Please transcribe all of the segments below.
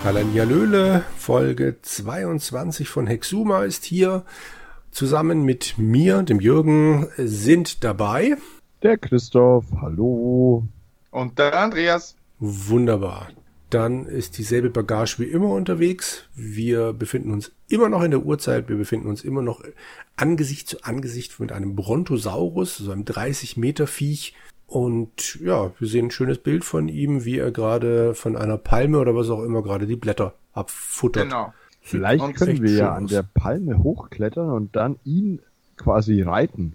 Hallihallöle, Folge 22 von Hexuma ist hier. Zusammen mit mir, dem Jürgen, sind dabei der Christoph, hallo. Und der Andreas. Wunderbar. Dann ist dieselbe Bagage wie immer unterwegs. Wir befinden uns immer noch in der Urzeit. Wir befinden uns immer noch Angesicht zu Angesicht mit einem Brontosaurus, so einem 30-Meter-Viech. Und ja, wir sehen ein schönes Bild von ihm, wie er gerade von einer Palme oder was auch immer gerade die Blätter abfuttert. Genau. Vielleicht können wir ja an der Palme hochklettern und dann ihn quasi reiten.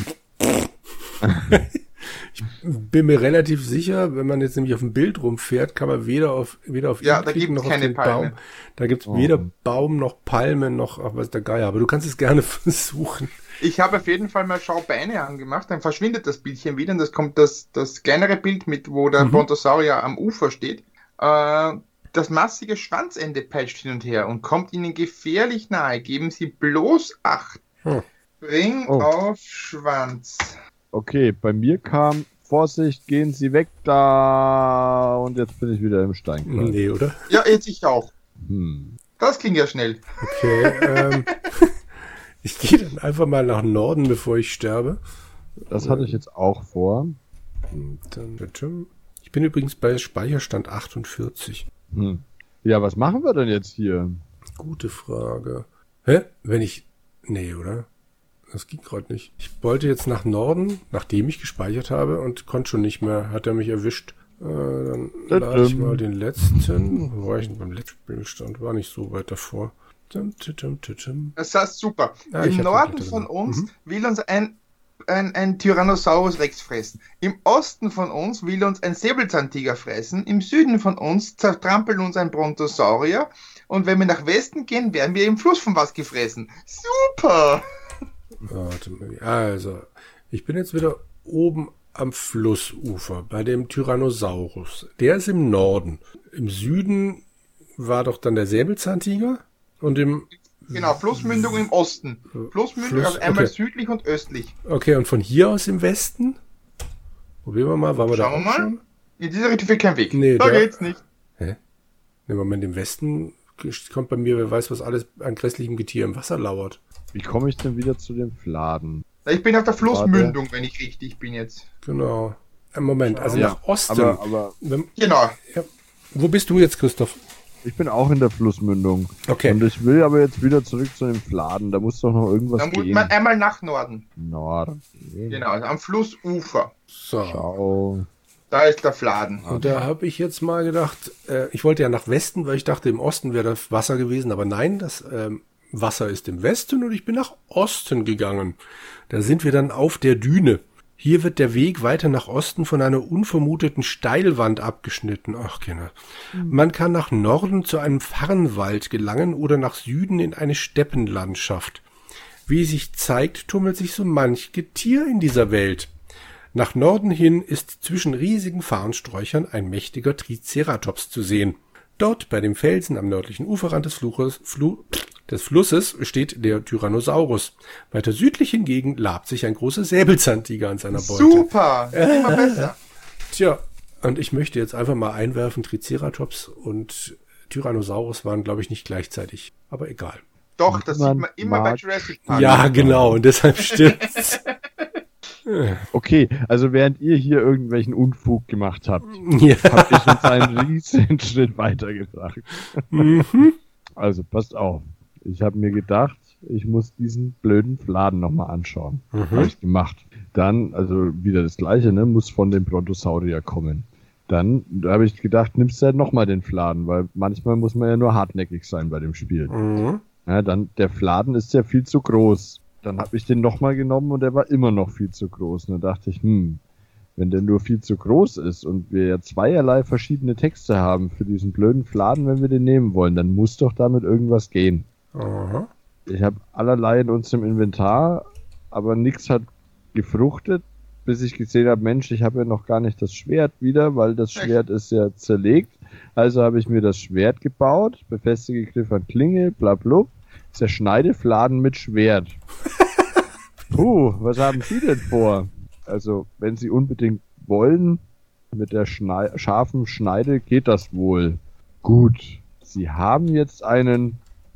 Ich bin mir relativ sicher, wenn man jetzt nämlich auf dem Bild rumfährt, kann man weder auf ihn klicken, noch auf den Baum. Da gibt es weder Baum noch Palme noch, ach was der Geier. Aber du kannst es gerne versuchen. Ich habe auf jeden Fall mal Schaubeine angemacht, dann verschwindet das Bildchen wieder und das kommt das kleinere Bild mit, wo der Brontosaurier am Ufer steht. Das massige Schwanzende peitscht hin und her und kommt ihnen gefährlich nahe. Geben Sie bloß Acht. Spring auf Schwanz. Okay, bei mir kam, Vorsicht, gehen Sie weg da, und jetzt bin ich wieder im Steinkreis. Nee, oder? Ja, jetzt ich auch. Das ging ja schnell. Okay, ich gehe dann einfach mal nach Norden, bevor ich sterbe. Das hatte ich jetzt auch vor. Und dann, ich bin übrigens bei Speicherstand 48. Ja, was machen wir denn jetzt hier? Gute Frage. Hä? Nee, oder? Das ging gerade nicht. Ich wollte jetzt nach Norden, nachdem ich gespeichert habe und konnte schon nicht mehr. Hat er mich erwischt. Dann lade ich mal den letzten. Wo war ich denn beim letzten Spielstand? War nicht so weit davor. Das heißt super. Im Norden von uns will uns ein Tyrannosaurus Rex fressen. Im Osten von uns will uns ein Säbelzahntiger fressen. Im Süden von uns zertrampeln uns ein Brontosaurier. Und wenn wir nach Westen gehen, werden wir im Fluss von was gefressen. Super! Warte mal. Also, ich bin jetzt wieder oben am Flussufer bei dem Tyrannosaurus. Der ist im Norden. Im Süden war doch dann der Säbelzahntiger und Genau, Flussmündung im Osten. Flussmündung, also einmal südlich und östlich. Okay, und von hier aus im Westen? Probieren wir mal, waren wir Schauen da wir mal. schon? In dieser Richtung führt kein Weg. Nee, da geht's nicht. Hä? Ne, Moment, im Westen kommt bei mir, wer weiß, was alles an grässlichem Getier im Wasser lauert. Wie komme ich denn wieder zu den Fladen? Ich bin auf der Flussmündung, wenn ich richtig bin jetzt. Genau. Moment, also nach Osten. Aber genau. Ja. Wo bist du jetzt, Christoph? Ich bin auch in der Flussmündung. Okay. Und ich will aber jetzt wieder zurück zu den Fladen. Da muss doch noch irgendwas gehen. Da muss man einmal nach Norden. Norden. Genau, also am Flussufer. So. Ciao. Da ist der Fladen. Und da habe ich jetzt mal gedacht, ich wollte ja nach Westen, weil ich dachte, im Osten wäre das Wasser gewesen. Aber nein, das Wasser ist im Westen und ich bin nach Osten gegangen. Da sind wir dann auf der Düne. Hier wird der Weg weiter nach Osten von einer unvermuteten Steilwand abgeschnitten. Ach, Kinder. Man kann nach Norden zu einem Farnwald gelangen oder nach Süden in eine Steppenlandschaft. Wie sich zeigt, tummelt sich so manch Getier in dieser Welt. Nach Norden hin ist zwischen riesigen Farnsträuchern ein mächtiger Triceratops zu sehen. Dort bei dem Felsen am nördlichen Uferrand des Flusses steht der Tyrannosaurus. Weiter südlich hingegen labt sich ein großer Säbelzahntiger an seiner Beute. Super, immer besser. Tja, und ich möchte jetzt einfach mal einwerfen, Triceratops und Tyrannosaurus waren, glaube ich, nicht gleichzeitig. Aber egal. Doch, das sieht man immer bei Jurassic Park. Ja, genau, und deshalb stimmt's. Okay, also während ihr hier irgendwelchen Unfug gemacht habt, Ja. habt ihr uns einen riesen Schritt weitergebracht. Also passt auf. Ich habe mir gedacht, ich muss diesen blöden Fladen nochmal anschauen. Habe ich gemacht. Dann, also wieder das Gleiche, ne, muss von dem Brontosaurier kommen. Dann habe ich gedacht, nimmst du halt nochmal den Fladen, weil manchmal muss man ja nur hartnäckig sein bei dem Spiel. Ja, dann, der Fladen ist ja viel zu groß. Dann habe ich den nochmal genommen und der war immer noch viel zu groß. Und da dachte ich, wenn der nur viel zu groß ist und wir ja zweierlei verschiedene Texte haben für diesen blöden Fladen, wenn wir den nehmen wollen, dann muss doch damit irgendwas gehen. Aha. Ich habe allerlei in unserem Inventar, aber nichts hat gefruchtet, bis ich gesehen habe, Mensch, ich habe ja noch gar nicht das Schwert wieder, weil das Schwert ist ja zerlegt. Also habe ich mir das Schwert gebaut, befestige Griff an Klinge, blablub, zerschneide Fladen mit Schwert. Was haben Sie denn vor? Also, wenn Sie unbedingt wollen, mit der scharfen Schneide geht das wohl. Gut. Sie haben jetzt einen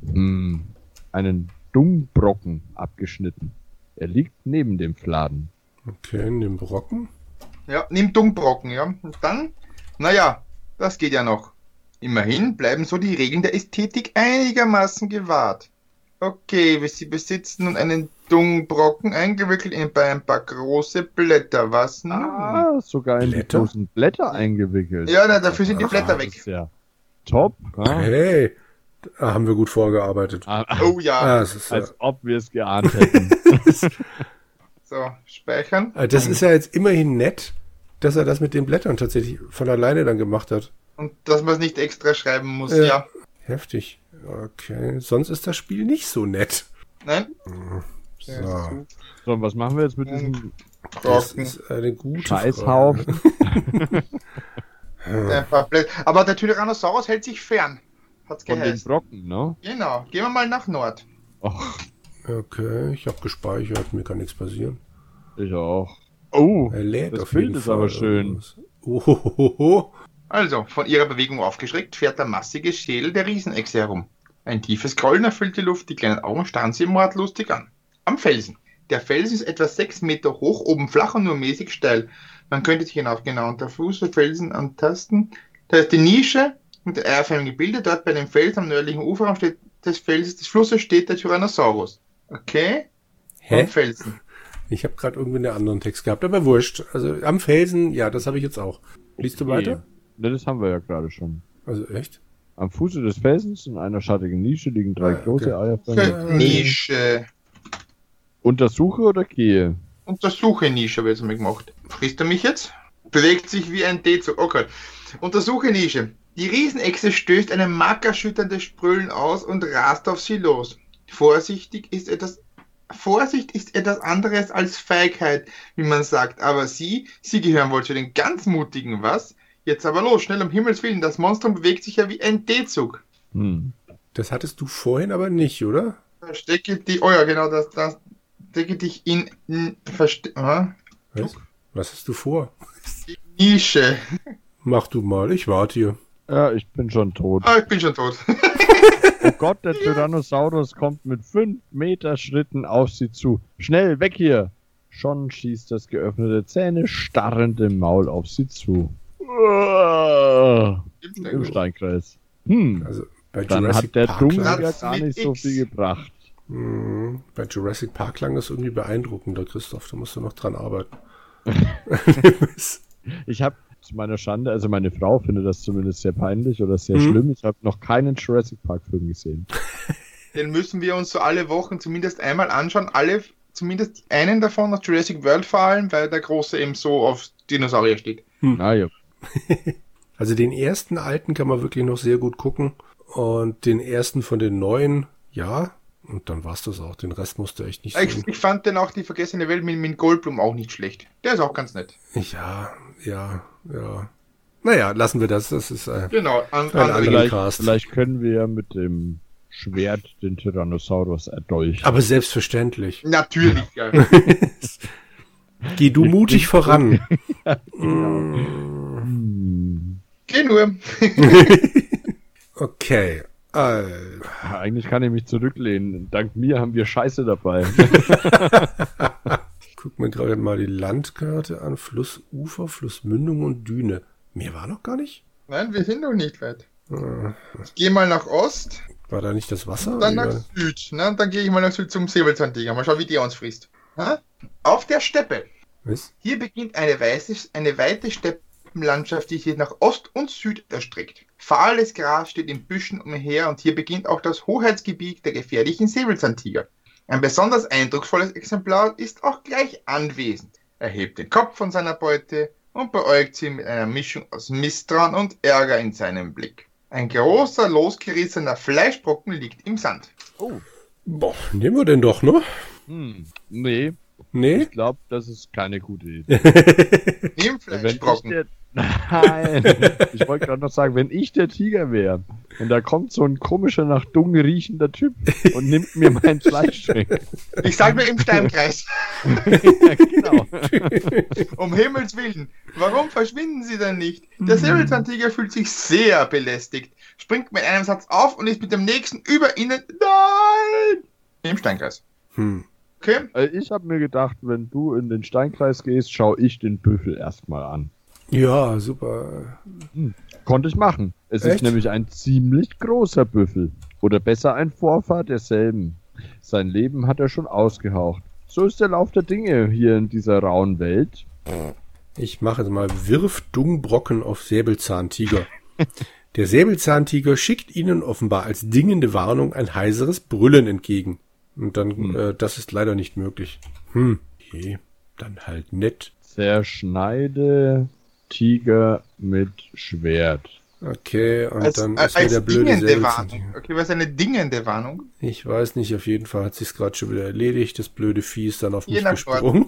Dungbrocken abgeschnitten. Er liegt neben dem Fladen. Okay, neben Brocken? Ja, neben Dungbrocken, ja. Und dann, naja, das geht ja noch. Immerhin bleiben so die Regeln der Ästhetik einigermaßen gewahrt. Okay, Sie besitzen nun einen Dungbrocken eingewickelt in ein paar große Blätter. Was? Sogar in die großen Blätter eingewickelt. Ja, na, dafür sind die Blätter weg. Ist ja top. Ja. Hey, da haben wir gut vorgearbeitet. Oh ja. Als ob wir es geahnt hätten. So, speichern. Das ist ja jetzt immerhin nett, dass er das mit den Blättern tatsächlich von alleine dann gemacht hat. Und dass man es nicht extra schreiben muss, ja. Heftig. Okay, sonst ist das Spiel nicht so nett. Nein? So, und was machen wir jetzt mit diesem das ist eine gute Scheißhaufen? Aber der Tyrannosaurus hält sich fern. Hat's Von den geheißen. Brocken, ne? Genau. Gehen wir mal nach Nord. Ach, Okay, ich habe gespeichert, mir kann nichts passieren. ich auch. Oh, Er lädt das auf Bild jeden ist Fall aber schön. Ohohoho. Also, von ihrer Bewegung aufgeschreckt, fährt der massige Schädel der Riesenechse herum. Ein tiefes Grollen erfüllt die Luft, die kleinen Augen starren sie mordlustig an. Am Felsen. Der Felsen ist etwa 6 Meter hoch, oben flach und nur mäßig steil. Man könnte sich hinauf genau unter Fuß der Felsen antasten. Da ist die Nische mit der eierförmigen Gebilde. Dort bei dem Felsen am nördlichen Uferraum des Flusses steht der Tyrannosaurus. Okay? Am Felsen. Ich habe gerade irgendwie einen anderen Text gehabt, aber wurscht. Also am Felsen, ja, das habe ich jetzt auch. Liest du weiter? Ne, das haben wir ja gerade schon. Also echt? Am Fuße des Felsens in einer schattigen Nische liegen 3 große Eierförmige. Nische. Untersuche oder gehe? Untersuche Nische, habe ich jetzt mal gemacht. Frisst er mich jetzt? Bewegt sich wie ein D-Zug. Okay. Untersuche Nische. Die Riesenechse stößt ein markerschütterndes Spröhlen aus und rast auf sie los. Vorsicht ist etwas anderes als Feigheit, wie man sagt. Aber sie gehören wohl zu den ganz Mutigen, was? Jetzt aber los, schnell um Himmels Willen. Das Monstrum bewegt sich ja wie ein D-Zug. Das hattest du vorhin aber nicht, oder? Verstecke dich, oh ja, genau, das stecke dich in Was hast du vor? die Nische. Mach du mal, ich warte hier. Ja, ich bin schon tot. Ah, ich bin schon tot. Oh Gott, der Tyrannosaurus kommt mit 5 Meter Schritten auf sie zu. Schnell, weg hier! Schon schießt das geöffnete Zähne starrende Maul auf sie zu. Im Steinkreis. Also bei Dann Jurassic hat der Park Dunkel klang- ja gar nicht so viel gebracht. Bei Jurassic Park klang das irgendwie beeindruckender, Christoph. Da musst du noch dran arbeiten. Ich habe zu meiner Schande, also meine Frau findet das zumindest sehr peinlich oder sehr schlimm. Ich habe noch keinen Jurassic Park Film gesehen. Den müssen wir uns so alle Wochen zumindest einmal anschauen. Zumindest einen davon, aus Jurassic World vor allem, weil der Große eben so auf Dinosaurier steht. Ja. Also den ersten alten kann man wirklich noch sehr gut gucken. Und den ersten von den neuen, ja. Und dann war's das auch. Den Rest musste echt nicht sehen. Ich fand den auch, die vergessene Welt mit Goldblum, auch nicht schlecht. Der ist auch ganz nett. Ja. Naja, lassen wir das. Das ist Genau, vielleicht können wir ja mit dem Schwert den Tyrannosaurus erdolchen. aber selbstverständlich. Natürlich, ja. Geh du mutig voran. Geh nur. Okay. Eigentlich kann ich mich zurücklehnen. Dank mir haben wir Scheiße dabei. Guck mir gerade mal die Landkarte an. Flussufer, Flussmündung und Düne. Mehr war noch gar nicht? Nein, wir sind noch nicht weit. Ich gehe mal nach Ost, War da nicht das Wasser? dann nach Süd. Ne? Und dann gehe ich mal nach Süd zum Säbelzahntiger. Mal schauen, wie der uns frisst. Ha? Auf der Steppe. Was? Hier beginnt eine weite Steppenlandschaft, die sich nach Ost und Süd erstreckt. Fahles Gras steht in Büschen umher und hier beginnt auch das Hoheitsgebiet der gefährlichen Säbelzahntiger. Ein besonders eindrucksvolles Exemplar ist auch gleich anwesend. Er hebt den Kopf von seiner Beute und beäugt sie mit einer Mischung aus Misstrauen und Ärger in seinem Blick. Ein großer, losgerissener Fleischbrocken liegt im Sand. Boah, nehmen wir den doch, ne? Nee, Nee? ich glaube, das ist keine gute Idee. Nimm Fleischbrocken. Nein, ich wollte gerade noch sagen, wenn ich der Tiger wäre und da kommt so ein komischer nach Dung riechender Typ und nimmt mir meinen Fleischstring. Ich sag mir im Steinkreis. Ja, genau. Um Himmels Willen, warum verschwinden Sie denn nicht? Der Säbelzahntiger fühlt sich sehr belästigt, springt mit einem Satz auf und ist mit dem nächsten über Ihnen. Nein! Im Steinkreis. Okay? Ich habe mir gedacht, wenn du in den Steinkreis gehst, schaue ich den Büffel erstmal an. Ja, super. Konnte ich machen. Es ist nämlich ein ziemlich großer Büffel. Oder besser ein Vorfahr derselben. Sein Leben hat er schon ausgehaucht. So ist der Lauf der Dinge hier in dieser rauen Welt. Ich mache jetzt mal Wirf Dungbrocken auf Säbelzahntiger. Der Säbelzahntiger schickt ihnen offenbar als dingende Warnung ein heiseres Brüllen entgegen. Und dann, das ist leider nicht möglich. Okay, dann halt nett. Zerschneide Tiger mit Schwert. Okay, und dann ist mir der blöde Säbelzahntiger. Okay, was ist eine dingende Warnung? Ich weiß nicht, auf jeden Fall hat sich's gerade schon wieder erledigt. Das blöde Vieh ist dann auf mich gesprungen.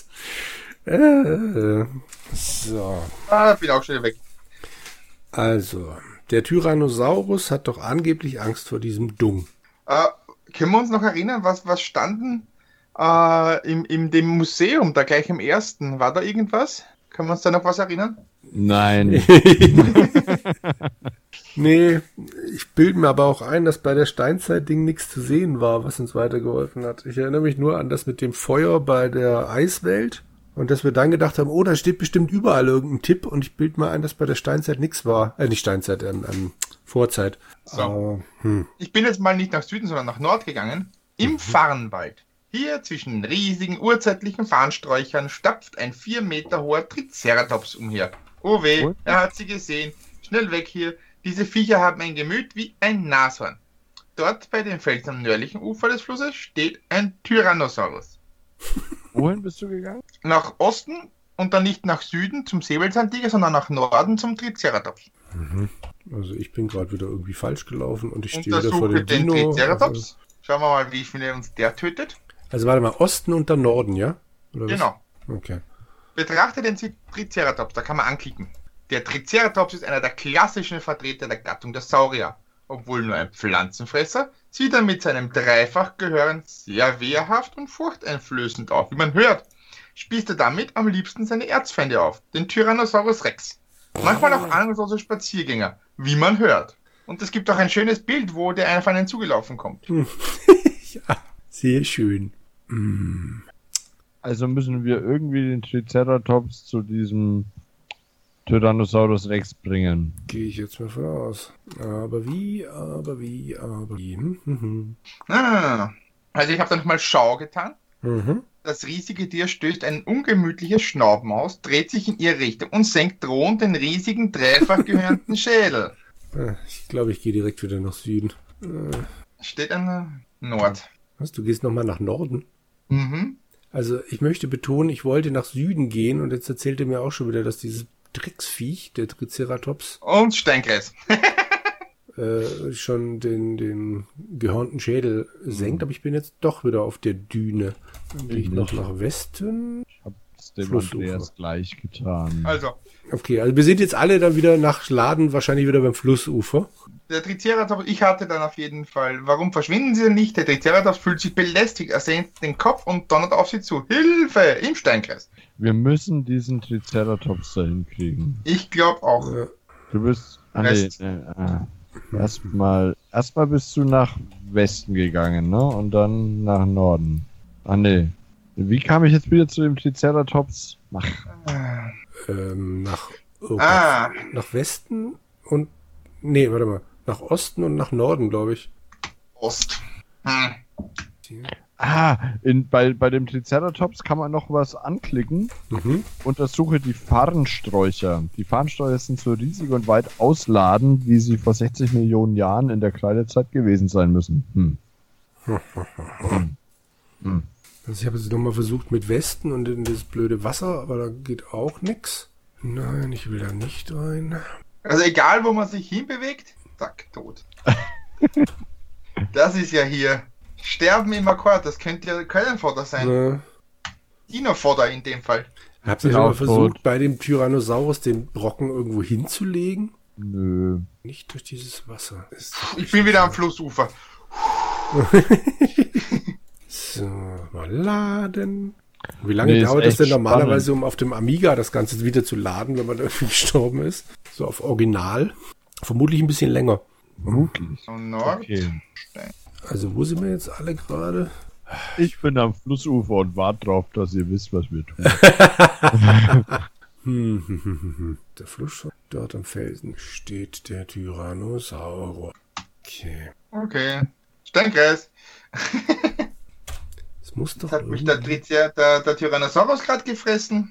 So. Bin auch schon weg. Also, der Tyrannosaurus hat doch angeblich Angst vor diesem Dung. Können wir uns noch erinnern, was standen in dem Museum, da gleich im ersten? War da irgendwas? Können wir uns da noch was erinnern? Nein. Nee, ich bilde mir aber auch ein, dass bei der Steinzeit-Ding nichts zu sehen war, was uns weitergeholfen hat. Ich erinnere mich nur an das mit dem Feuer bei der Eiswelt und dass wir dann gedacht haben, da steht bestimmt überall irgendein Tipp und ich bilde mir ein, dass bei der Steinzeit nichts war. Nicht Steinzeit, Vorzeit. So. Ich bin jetzt mal nicht nach Süden, sondern nach Nord gegangen. Im Farnwald. Hier zwischen den riesigen urzeitlichen Farnsträuchern stapft ein 4 Meter hoher Triceratops umher. Oh weh, er hat sie gesehen. Schnell weg hier. Diese Viecher haben ein Gemüt wie ein Nashorn. Dort bei den Felsen am nördlichen Ufer des Flusses steht ein Tyrannosaurus. Wohin bist du gegangen? Nach Osten und dann nicht nach Süden zum Säbelzahntiger, sondern nach Norden zum Triceratops. Also ich bin gerade wieder irgendwie falsch gelaufen und ich stehe wieder vor dem den Dino. Triceratops. Schauen wir mal, wie viel uns der tötet. Also warte mal, Osten und dann Norden, ja? Oder genau. Was? Okay. Betrachte den Triceratops, da kann man anklicken. Der Triceratops ist einer der klassischen Vertreter der Gattung der Saurier. Obwohl nur ein Pflanzenfresser, sieht er mit seinem Dreifachgehörn sehr wehrhaft und furchteinflößend auf, wie man hört. Spießt er damit am liebsten seine Erzfeinde auf, den Tyrannosaurus Rex. Manchmal auch ahnungslose Spaziergänger, wie man hört. Und es gibt auch ein schönes Bild, wo der auf einen zugelaufen kommt. Ja, sehr schön. Also müssen wir irgendwie den Triceratops zu diesem Tyrannosaurus Rex bringen. Gehe ich jetzt mal von aus. Aber wie? Also ich habe da nochmal Schau getan. Das riesige Tier stößt ein ungemütliches Schnauben aus, dreht sich in ihre Richtung und senkt drohend den riesigen, dreifach gehörnten Schädel. Ich glaube, ich gehe direkt wieder nach Süden. Steht an Nord. Was, du gehst nochmal nach Norden? Also ich möchte betonen, ich wollte nach Süden gehen und jetzt erzählt er mir auch schon wieder, dass dieses Drecksviech, der Triceratops... Und Steinkreis. schon den gehörnten Schädel senkt, aber ich bin jetzt doch wieder auf der Düne. Dann gehe ich noch nach Westen. Ich habe es dem Andreas gleich getan. Also. Okay, also wir sind jetzt alle dann wieder nach Laden, wahrscheinlich wieder beim Flussufer. Der Triceratops, ich hatte dann auf jeden Fall, warum verschwinden sie denn nicht? Der Triceratops fühlt sich belästigt, er senkt den Kopf und donnert auf sie zu. Hilfe! Im Steinkreis. Wir müssen diesen Triceratops da hinkriegen. Ich glaube auch. Ja. Du bist... Erstmal bist du nach Westen gegangen, ne? Und dann nach Norden. Wie kam ich jetzt wieder zu dem Triceratops? Nach Westen und... Nee, warte mal. Nach Osten und nach Norden, glaube ich. Ost. Bei dem Triceratops kann man noch was anklicken. Untersuche die Farnsträucher. Die Farnsträucher sind so riesig und weit ausladend, wie sie vor 60 Millionen Jahren in der Kreidezeit gewesen sein müssen. Also ich habe jetzt nochmal versucht mit Westen und in das blöde Wasser, aber da geht auch nichts. Nein, ich will da nicht rein. Also egal, wo man sich hinbewegt, zack, tot. Das ist ja hier Sterben im Akkord, das könnte ja Quellenfodder sein. Dino-Fodder in dem Fall. Habt ihr schon mal versucht, bei dem Tyrannosaurus den Brocken irgendwo hinzulegen? Nö. Nicht durch dieses Wasser. Ich bin wieder am Flussufer. So, mal laden. Wie lange dauert es denn normalerweise, um auf dem Amiga das Ganze wieder zu laden, wenn man irgendwie gestorben ist? So auf Original? Vermutlich ein bisschen länger. Vermutlich. Okay. Also wo sind wir jetzt alle gerade? Ich bin am Flussufer und warte drauf, dass ihr wisst, was wir tun. Der Fluss, dort am Felsen steht der Tyrannosaurus. Okay. Steinkreis. Das muss doch. Jetzt hat mich der Tyrannosaurus gerade gefressen.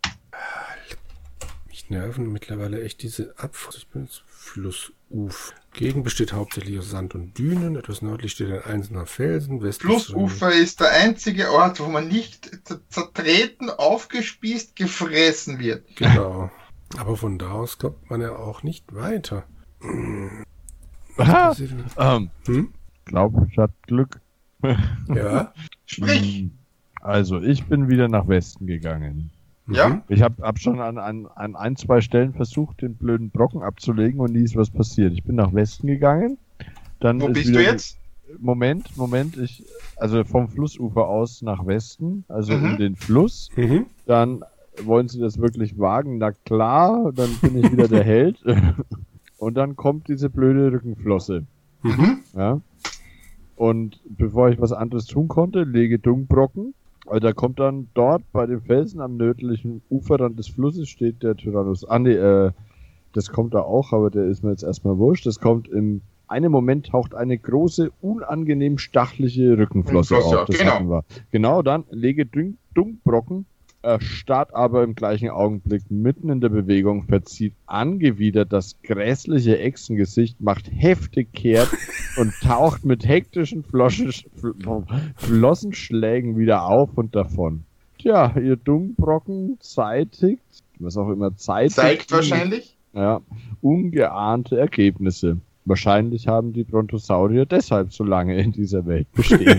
Mich nerven mittlerweile echt diese Abfahrt. Ich bin jetzt Flussufer. Gegend besteht hauptsächlich aus Sand und Dünen. Etwas nördlich steht ein einzelner Felsen. Flussufer ist der einzige Ort, wo man nicht zertreten, aufgespießt, gefressen wird. Genau. Aber von da aus kommt man ja auch nicht weiter. Glaube, ich hatte Glück. Ja. Sprich! Also, ich bin wieder nach Westen gegangen. Ja? Ich hab schon an ein, zwei Stellen versucht, den blöden Brocken abzulegen und nie ist was passiert. Ich bin nach Westen gegangen. Dann Wo bist du jetzt? Moment. Also vom Flussufer aus nach Westen, also in den Fluss. Dann wollen sie das wirklich wagen. Na klar, dann bin ich wieder der Held. Und dann kommt diese blöde Rückenflosse. Ja. Und bevor ich was anderes tun konnte, lege Dungbrocken. Also da kommt dann dort bei dem Felsen am nördlichen Uferrand des Flusses steht der Tyrannosaurus. Das kommt da auch, aber der ist mir jetzt erstmal wurscht. Das kommt in einem Moment, taucht eine große, unangenehm stachliche Rückenflosse auf. Das hatten wir. Genau, dann lege Dungbrocken, starrt aber im gleichen Augenblick mitten in der Bewegung, verzieht angewidert das grässliche Echsengesicht, macht heftig kehrt und taucht mit hektischen Flossenschlägen wieder auf und davon. Tja, ihr Dungbrocken zeitigt, was auch immer zeigt wahrscheinlich, ja, ungeahnte Ergebnisse. Wahrscheinlich haben die Brontosaurier deshalb so lange in dieser Welt bestehen.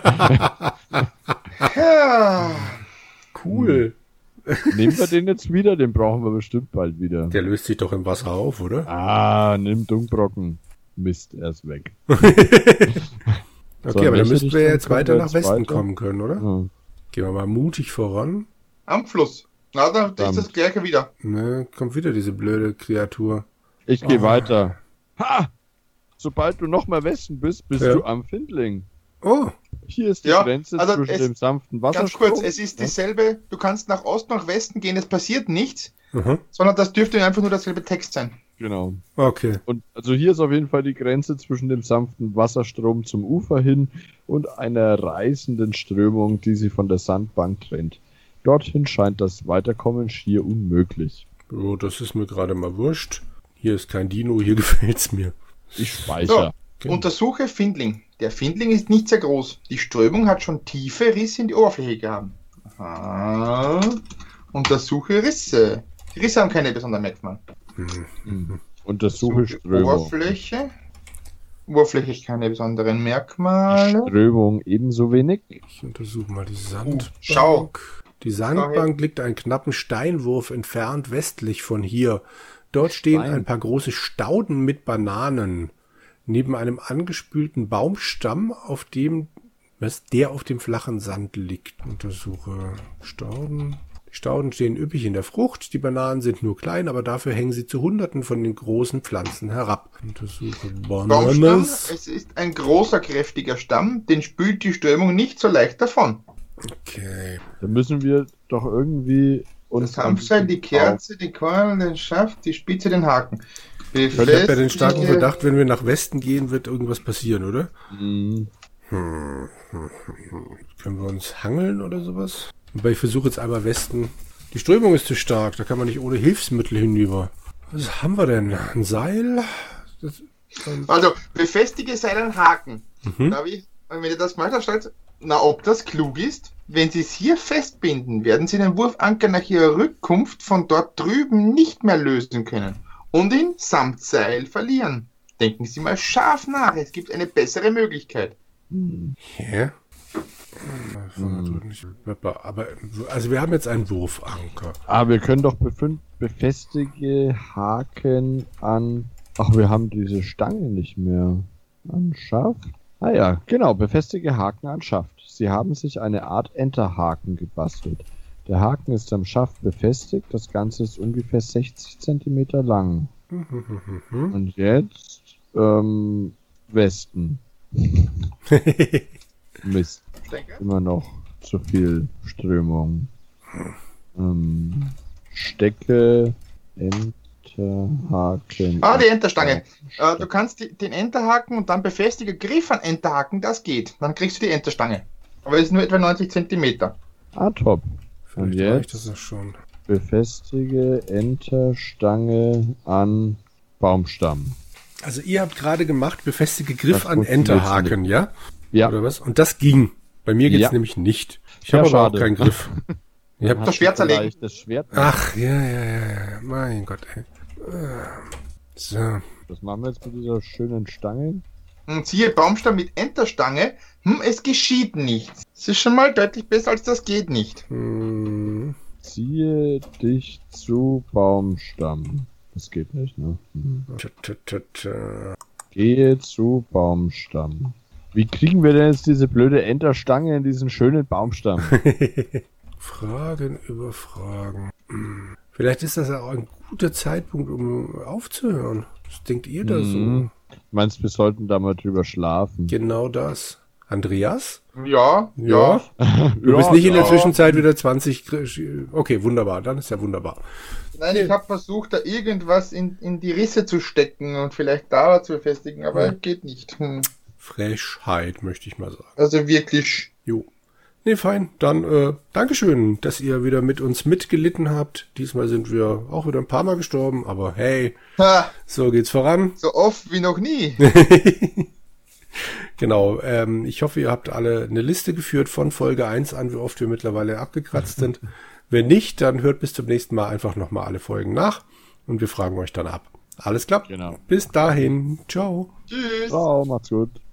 Ja. Cool. Nehmen wir den jetzt wieder? Den brauchen wir bestimmt bald wieder. Der löst sich doch im Wasser auf, oder? Nimm Dungbrocken. Mist, er ist weg. Okay, aber dann müssten wir jetzt weiter nach Westen kommen können, oder? Ja. Gehen wir mal mutig voran. Am Fluss. Na, da ist das Gleiche wieder. Ne, kommt wieder diese blöde Kreatur. Ich gehe weiter. Ha! Sobald du noch mal Westen bist du am Findling. Oh. Hier ist die Grenze zwischen dem sanften Wasserstrom. Ganz kurz, es ist dieselbe, du kannst nach Osten, nach Westen gehen, es passiert nichts, sondern das dürfte einfach nur derselbe Text sein. Genau. Okay. Und also hier ist auf jeden Fall die Grenze zwischen dem sanften Wasserstrom zum Ufer hin und einer reißenden Strömung, die sie von der Sandbank trennt. Dorthin scheint das Weiterkommen schier unmöglich. Oh, das ist mir gerade mal wurscht. Hier ist kein Dino, hier gefällt's mir. Ich speichere. So, untersuche Findling. Der Findling ist nicht sehr groß. Die Strömung hat schon tiefe Risse in die Oberfläche gehabt. Aha. Untersuche Risse. Die Risse haben keine besonderen Merkmale. Untersuche Strömung. Oberfläche keine besonderen Merkmale. Strömung ebenso wenig. Ich untersuche mal die Sandbank. Schau. Die Sandbank liegt einen knappen Steinwurf entfernt westlich von hier. Dort stehen ein paar große Stauden mit Bananen. Neben einem angespülten Baumstamm, der auf dem flachen Sand liegt. Untersuche Stauden. Die Stauden stehen üppig in der Frucht. Die Bananen sind nur klein, aber dafür hängen sie zu Hunderten von den großen Pflanzen herab. Untersuche Baumstamm. Es ist ein großer, kräftiger Stamm. Den spült die Strömung nicht so leicht davon. Okay. Dann müssen wir doch irgendwie das Hanfseil, die Kerze, die Korn, den Schaft, die Spitze, den Haken. Ich habe ja den starken Verdacht, wenn wir nach Westen gehen, wird irgendwas passieren, oder? Können wir uns hangeln oder sowas? Wobei ich versuche jetzt einmal Westen. Die Strömung ist zu stark, da kann man nicht ohne Hilfsmittel hinüber. Was haben wir denn? Ein Seil? Also, befestige Seil an Haken. Wenn ihr das mal stellt, ob das klug ist, wenn Sie es hier festbinden, werden Sie den Wurfanker nach Ihrer Rückkunft von dort drüben nicht mehr lösen können und ihn samt Seil verlieren. Denken Sie mal scharf nach, es gibt eine bessere Möglichkeit. Ja. Aber, also wir haben jetzt einen Wurfanker. Aber wir können doch befestige Haken an... Ach, wir haben diese Stange nicht mehr. An Schaft? Ah ja, genau, befestige Haken an Schaft. Sie haben sich eine Art Enterhaken gebastelt. Der Haken ist am Schaft befestigt, das Ganze ist ungefähr 60 cm lang. Und jetzt, Westen. Mist. Immer noch zu viel Strömung. Stecke, Enterhaken. Ah, die Enterstange. Du kannst den Enterhaken und dann befestige Griff an Enterhaken, das geht. Dann kriegst du die Enterstange. Aber es ist nur etwa 90 cm. Ah, top. Und jetzt das schon. Befestige Enterstange an Baumstamm. Also ihr habt gerade gemacht, befestige Griff an Enterhaken, ja? Ja. Oder was? Und das ging. Bei mir geht's nämlich nicht. Ich habe aber auch keinen Griff. Ich habe das Schwert zerlegt. Das Schwert. Ach, ja. Mein Gott, ey. So. Was machen wir jetzt mit dieser schönen Stange? Und siehe Baumstamm mit Enterstange. Es geschieht nichts. Es ist schon mal deutlich besser als das geht nicht. Ziehe dich zu Baumstamm. Das geht nicht, ne? Gehe zu Baumstamm. Wie kriegen wir denn jetzt diese blöde Enterstange in diesen schönen Baumstamm? Fragen über Fragen. Vielleicht ist das ja auch ein guter Zeitpunkt, um aufzuhören. Was denkt ihr da so? Meinst du, wir sollten da mal drüber schlafen? Genau das. Andreas? Ja. Du bist nicht in der Zwischenzeit wieder 20... Okay, wunderbar. Dann ist ja wunderbar. Nein, ich habe versucht, da irgendwas in die Risse zu stecken und vielleicht da zu befestigen, aber geht nicht. Frechheit, möchte ich mal sagen. Also wirklich. Jo. Nee, fein. Dann Dankeschön, dass ihr wieder mit uns mitgelitten habt. Diesmal sind wir auch wieder ein paar Mal gestorben, aber hey, so geht's voran. So oft wie noch nie. Genau. Ich hoffe, ihr habt alle eine Liste geführt von Folge 1 an, wie oft wir mittlerweile abgekratzt sind. Wenn nicht, dann hört bis zum nächsten Mal einfach nochmal alle Folgen nach und wir fragen euch dann ab. Alles klar? Genau. Bis dahin. Ciao. Tschüss. Ciao, macht's gut.